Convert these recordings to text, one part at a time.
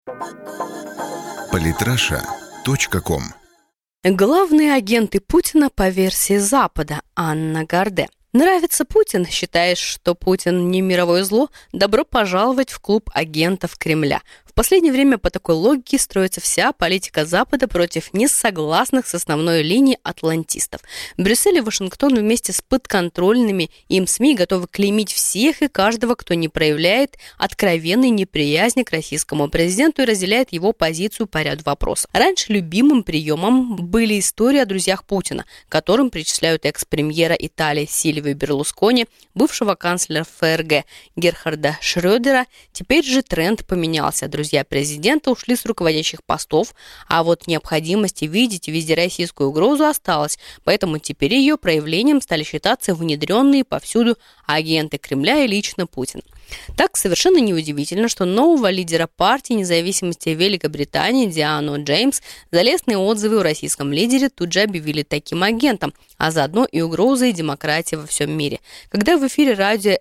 Политраша.ком. Главные агенты Путина по версии Запада. Анна Гарде. Нравится Путин? Считаешь, что Путин не мировое зло? Добро пожаловать в клуб агентов Кремля. В последнее время по такой логике строится вся политика Запада против несогласных с основной линией атлантистов. Брюссель и Вашингтон вместе с подконтрольными им СМИ готовы клеймить всех и каждого, кто не проявляет откровенной неприязни к российскому президенту и разделяет его позицию по ряду вопросов. Раньше любимым приемом были истории о друзьях Путина, которым причисляют экс-премьера Италии Сильвио Берлускони, бывшего канцлера ФРГ Герхарда Шрёдера. Теперь же тренд поменялся. Друзья президента ушли с руководящих постов, а вот необходимости видеть везде российскую угрозу осталась, поэтому теперь ее проявлением стали считаться внедренные повсюду агенты Кремля и лично Путин. Так совершенно неудивительно, что нового лидера партии независимости Великобритании Диану Джеймс за лестные отзывы о российском лидере тут же объявили таким агентом, а заодно и угрозой демократии во всем мире. Когда в эфире радио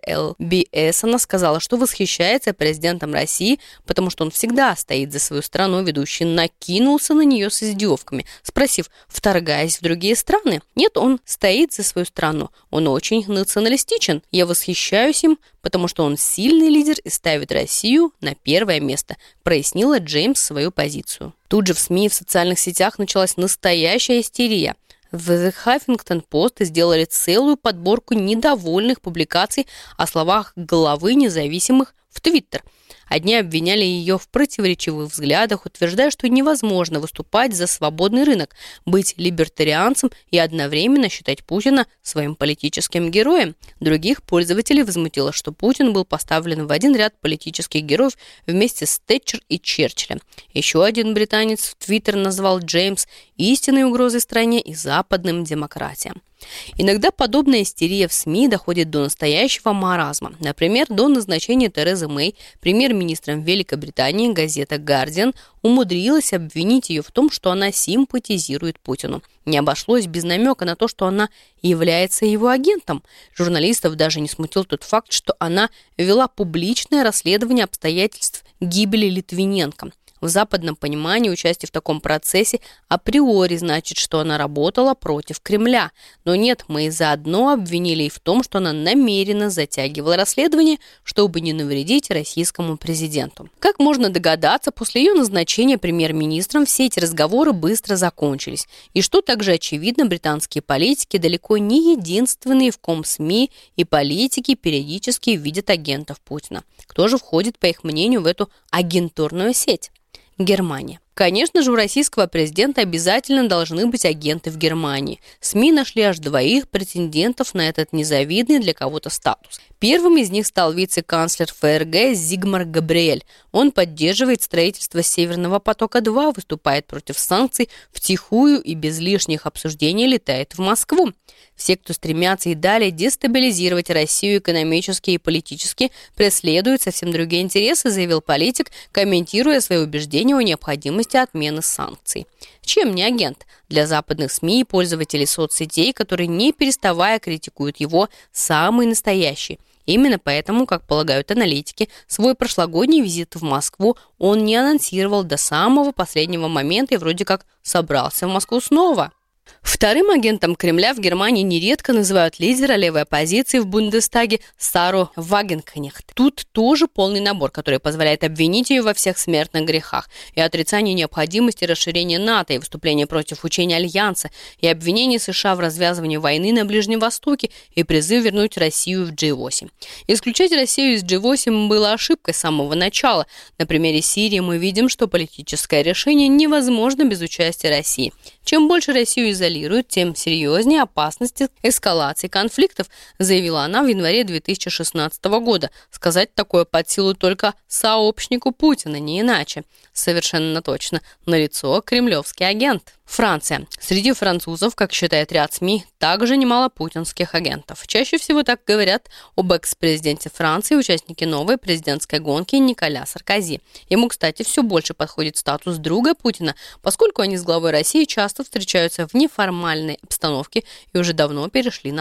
ЛБС она сказала, что восхищается президентом России, потому что он всегда стоит за свою страну, ведущий накинулся на нее с издевками, спросив, вторгаясь в другие страны. Нет, он стоит за свою страну. Он очень националистичен. Я восхищаюсь им, потому что он сильный лидер и ставит Россию на первое место, прояснила Джеймс свою позицию. Тут же в СМИ и в социальных сетях началась настоящая истерия. В The Huffington Post сделали целую подборку недовольных публикаций о словах главы независимых в Твиттер. Одни обвиняли ее в противоречивых взглядах, утверждая, что невозможно выступать за свободный рынок, быть либертарианцем и одновременно считать Путина своим политическим героем. Других пользователей возмутило, что Путин был поставлен в один ряд политических героев вместе с Тэтчер и Черчиллем. Еще один британец в Твиттер назвал Джеймс истинной угрозой стране и западным демократиям. Иногда подобная истерия в СМИ доходит до настоящего маразма. Например, до назначения Терезы Мэй премьер-министром Великобритании газета «Гардиан» умудрилась обвинить ее в том, что она симпатизирует Путину. Не обошлось без намека на то, что она является его агентом. Журналистов даже не смутил тот факт, что она вела публичное расследование обстоятельств гибели Литвиненко. В западном понимании участие в таком процессе априори значит, что она работала против Кремля. Но нет, мы заодно обвинили и в том, что она намеренно затягивала расследование, чтобы не навредить российскому президенту. Как можно догадаться, после ее назначения премьер-министром все эти разговоры быстро закончились. И что также очевидно, британские политики далеко не единственные, в ком СМИ и политики периодически видят агентов Путина. Кто же входит, по их мнению, в эту агентурную сеть? Германия. Конечно же, у российского президента обязательно должны быть агенты в Германии. СМИ нашли аж двоих претендентов на этот незавидный для кого-то статус. Первым из них стал вице-канцлер ФРГ Зигмар Габриэль. Он поддерживает строительство Северного потока-2, выступает против санкций, втихую и без лишних обсуждений летает в Москву. Все, кто стремятся и далее дестабилизировать Россию экономически и политически, преследуют совсем другие интересы, заявил политик, комментируя свои убеждения о необходимости отмены санкций. Чем не агент? Для западных СМИ и пользователей соцсетей, которые не переставая критикуют его, самый настоящий. Именно поэтому, как полагают аналитики, свой прошлогодний визит в Москву он не анонсировал до самого последнего момента и вроде как собрался в Москву снова. Вторым агентом Кремля в Германии нередко называют лидера левой оппозиции в Бундестаге Сару Вагенкнехт. Тут тоже полный набор, который позволяет обвинить ее во всех смертных грехах. И отрицание необходимости расширения НАТО, и выступление против учения Альянса, и обвинение США в развязывании войны на Ближнем Востоке, и призыв вернуть Россию в G8. Исключать Россию из G8 было ошибкой с самого начала. На примере Сирии мы видим, что политическое решение невозможно без участия России. Чем больше Россию изолируют, тем серьезнее опасности эскалации конфликтов, заявила она в январе 2016 года. Сказать такое под силу только сообщнику Путина, не иначе. Совершенно точно. Налицо кремлевский агент. Франция. Среди французов, как считает ряд СМИ, также немало путинских агентов. Чаще всего так говорят об экс-президенте Франции, участнике новой президентской гонки Николя Саркози. Ему, кстати, все больше подходит статус друга Путина, поскольку они с главой России часто встречаются в неформальной обстановке и уже давно перешли на «ты».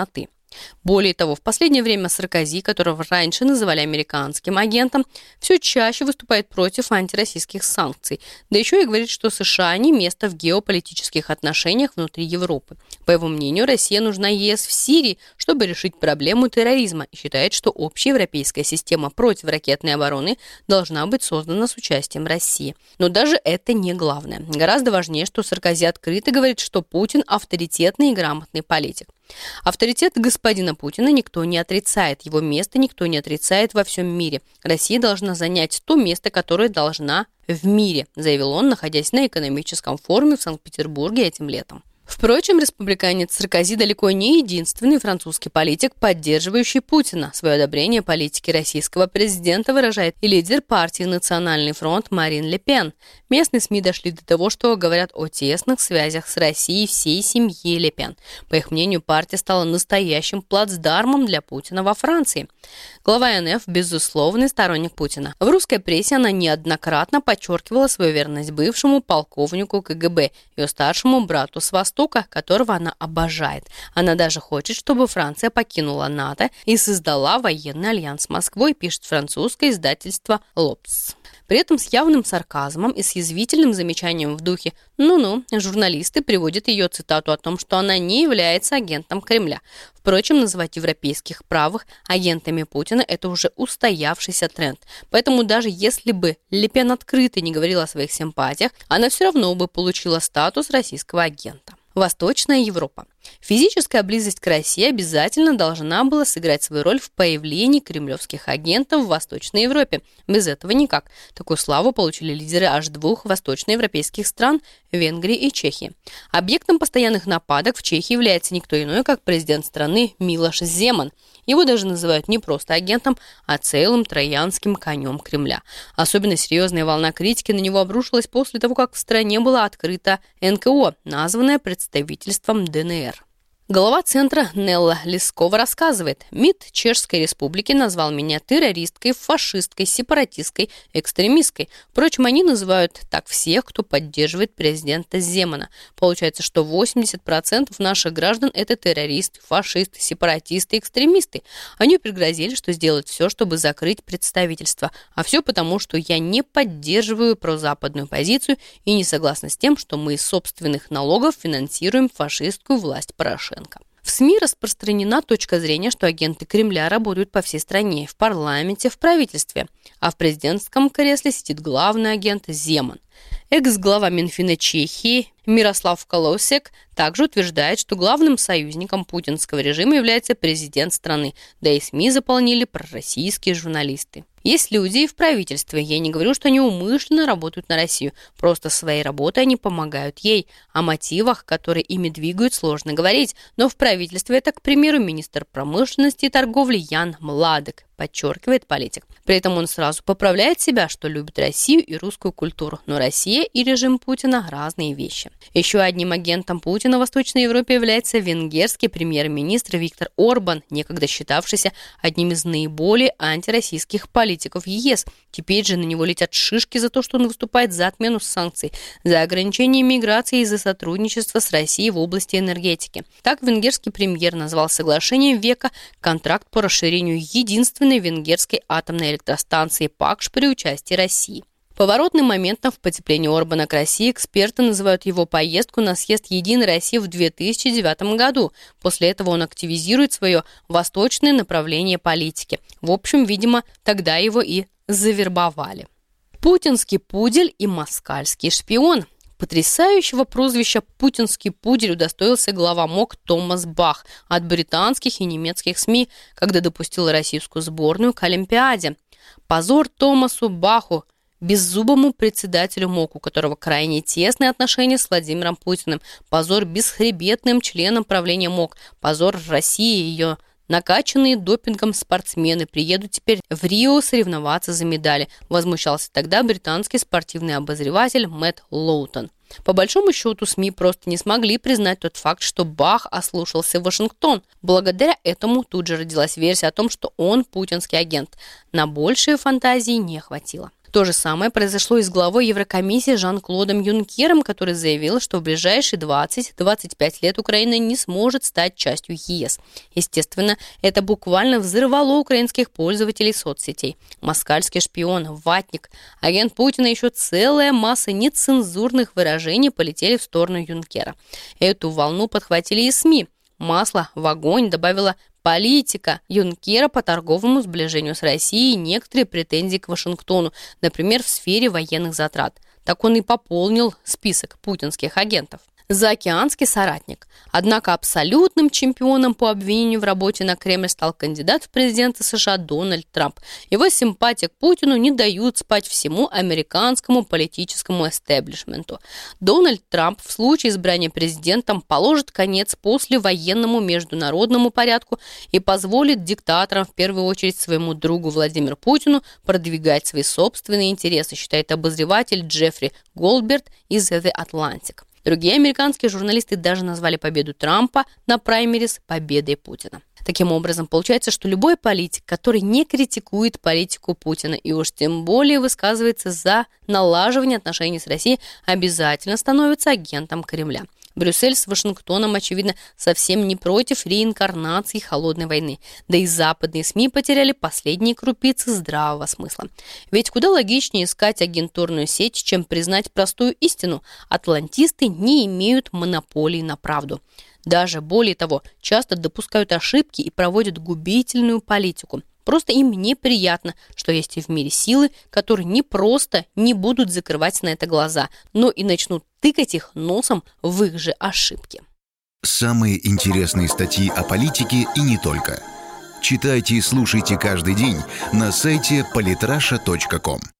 Более того, в последнее время Саркози, которого раньше называли американским агентом, все чаще выступает против антироссийских санкций, да еще и говорит, что США не место в геополитических отношениях внутри Европы. По его мнению, Россия нужна ЕС в Сирии, чтобы решить проблему терроризма, и считает, что общая европейская система противоракетной обороны должна быть создана с участием России. Но даже это не главное. Гораздо важнее, что Саркози открыто говорит, что Путин авторитетный и грамотный политик. Авторитет господина Путина никто не отрицает, его место никто не отрицает во всем мире. Россия должна занять то место, которое должна в мире, заявил он, находясь на экономическом форуме в Санкт-Петербурге этим летом. Впрочем, республиканец Саркози далеко не единственный французский политик, поддерживающий Путина. Свое одобрение политики российского президента выражает и лидер партии «Национальный фронт» Марин Ле Пен. Местные СМИ дошли до того, что говорят о тесных связях с Россией всей семьи Ле Пен. По их мнению, партия стала настоящим плацдармом для Путина во Франции. Глава НФ – безусловный сторонник Путина. В русской прессе она неоднократно подчеркивала свою верность бывшему полковнику КГБ, ее старшему брату с Востока, которого она обожает. Она даже хочет, чтобы Франция покинула НАТО и создала военный альянс с Москвой, пишет французское издательство «Лобс». При этом с явным сарказмом и с язвительным замечанием в духе «ну-ну», журналисты приводят ее цитату о том, что она не является агентом Кремля. Впрочем, называть европейских правых агентами Путина – это уже устоявшийся тренд. Поэтому даже если бы Ле Пен открыто не говорила о своих симпатиях, она все равно бы получила статус российского агента. Восточная Европа. Физическая близость к России обязательно должна была сыграть свою роль в появлении кремлевских агентов в Восточной Европе. Без этого никак. Такую славу получили лидеры аж двух восточноевропейских стран – Венгрии и Чехии. Объектом постоянных нападок в Чехии является никто иной, как президент страны Милош Земан. Его даже называют не просто агентом, а целым троянским конем Кремля. Особенно серьезная волна критики на него обрушилась после того, как в стране была открыта НКО, названная представительством ДНР. Глава центра Нелла Лескова рассказывает, МИД Чешской Республики назвал меня террористкой, фашисткой, сепаратисткой, экстремисткой. Впрочем, они называют так всех, кто поддерживает президента Земана. Получается, что 80% наших граждан – это террористы, фашисты, сепаратисты, экстремисты. Они пригрозили, что сделают все, чтобы закрыть представительство. А все потому, что я не поддерживаю прозападную позицию и не согласна с тем, что мы из собственных налогов финансируем фашистскую власть Порошенко. В СМИ распространена точка зрения, что агенты Кремля работают по всей стране, в парламенте, в правительстве, а в президентском кресле сидит главный агент Земан. Экс-глава Минфина Чехии Мирослав Колосек также утверждает, что главным союзником путинского режима является президент страны, да и СМИ заполнили пророссийские журналисты. Есть люди и в правительстве. Я не говорю, что они умышленно работают на Россию. Просто своей работой они помогают ей. О мотивах, которые ими двигают, сложно говорить. Но в правительстве это, к примеру, министр промышленности и торговли Ян Младек, подчеркивает политик. При этом он сразу поправляет себя, что любит Россию и русскую культуру. Но Россия и режим Путина – разные вещи. Еще одним агентом Путина в Восточной Европе является венгерский премьер-министр Виктор Орбан, некогда считавшийся одним из наиболее антироссийских политиков ЕС. Теперь же на него летят шишки за то, что он выступает за отмену санкций, за ограничение миграции и за сотрудничество с Россией в области энергетики. Так венгерский премьер назвал соглашением века контракт по расширению единственной венгерской атомной электростанции ПАКШ при участии России. Поворотным моментом в потеплении Орбана к России эксперты называют его поездку на съезд «Единой России» в 2009 году. После этого он активизирует свое восточное направление политики. В общем, видимо, тогда его и завербовали. Путинский пудель и москальский шпион. Потрясающего прозвища «Путинский пудель» удостоился глава МОК Томас Бах от британских и немецких СМИ, когда допустил российскую сборную к Олимпиаде. Позор Томасу Баху, беззубому председателю МОК, у которого крайне тесные отношения с Владимиром Путиным. Позор бесхребетным членам правления МОК. Позор России и ее накачанные допингом спортсмены приедут теперь в Рио соревноваться за медали, возмущался тогда британский спортивный обозреватель Мэтт Лоутон. По большому счету, СМИ просто не смогли признать тот факт, что Бах ослушался Вашингтон. Благодаря этому тут же родилась версия о том, что он путинский агент. На большие фантазии не хватило. То же самое произошло и с главой Еврокомиссии Жан-Клодом Юнкером, который заявил, что в ближайшие 20-25 лет Украина не сможет стать частью ЕС. Естественно, это буквально взорвало украинских пользователей соцсетей. Москальский шпион, ватник, агент Путина, еще целая масса нецензурных выражений полетели в сторону Юнкера. Эту волну подхватили и СМИ. Масло в огонь добавила политика Юнкера по торговому сближению с Россией и некоторые претензии к Вашингтону, например, в сфере военных затрат. Так он и пополнил список путинских агентов. Заокеанский соратник. Однако абсолютным чемпионом по обвинению в работе на Кремль стал кандидат в президенты США Дональд Трамп. Его симпатия к Путину не дают спать всему американскому политическому эстеблишменту. Дональд Трамп в случае избрания президентом положит конец послевоенному международному порядку и позволит диктаторам, в первую очередь своему другу Владимиру Путину, продвигать свои собственные интересы, считает обозреватель Джеффри Голдберг из The Atlantic. Другие американские журналисты даже назвали победу Трампа на праймерис победой Путина. Таким образом, получается, что любой политик, который не критикует политику Путина и уж тем более высказывается за налаживание отношений с Россией, обязательно становится агентом Кремля. Брюссель с Вашингтоном, очевидно, совсем не против реинкарнации холодной войны. Да и западные СМИ потеряли последние крупицы здравого смысла. Ведь куда логичнее искать агентурную сеть, чем признать простую истину: атлантисты не имеют монополии на правду. Даже более того, часто допускают ошибки и проводят губительную политику. Просто им неприятно, что есть и в мире силы, которые не просто не будут закрывать на это глаза, но и начнут тыкать их носом в их же ошибки. Самые интересные статьи о политике и не только. Читайте и слушайте каждый день на сайте polytrasha.com.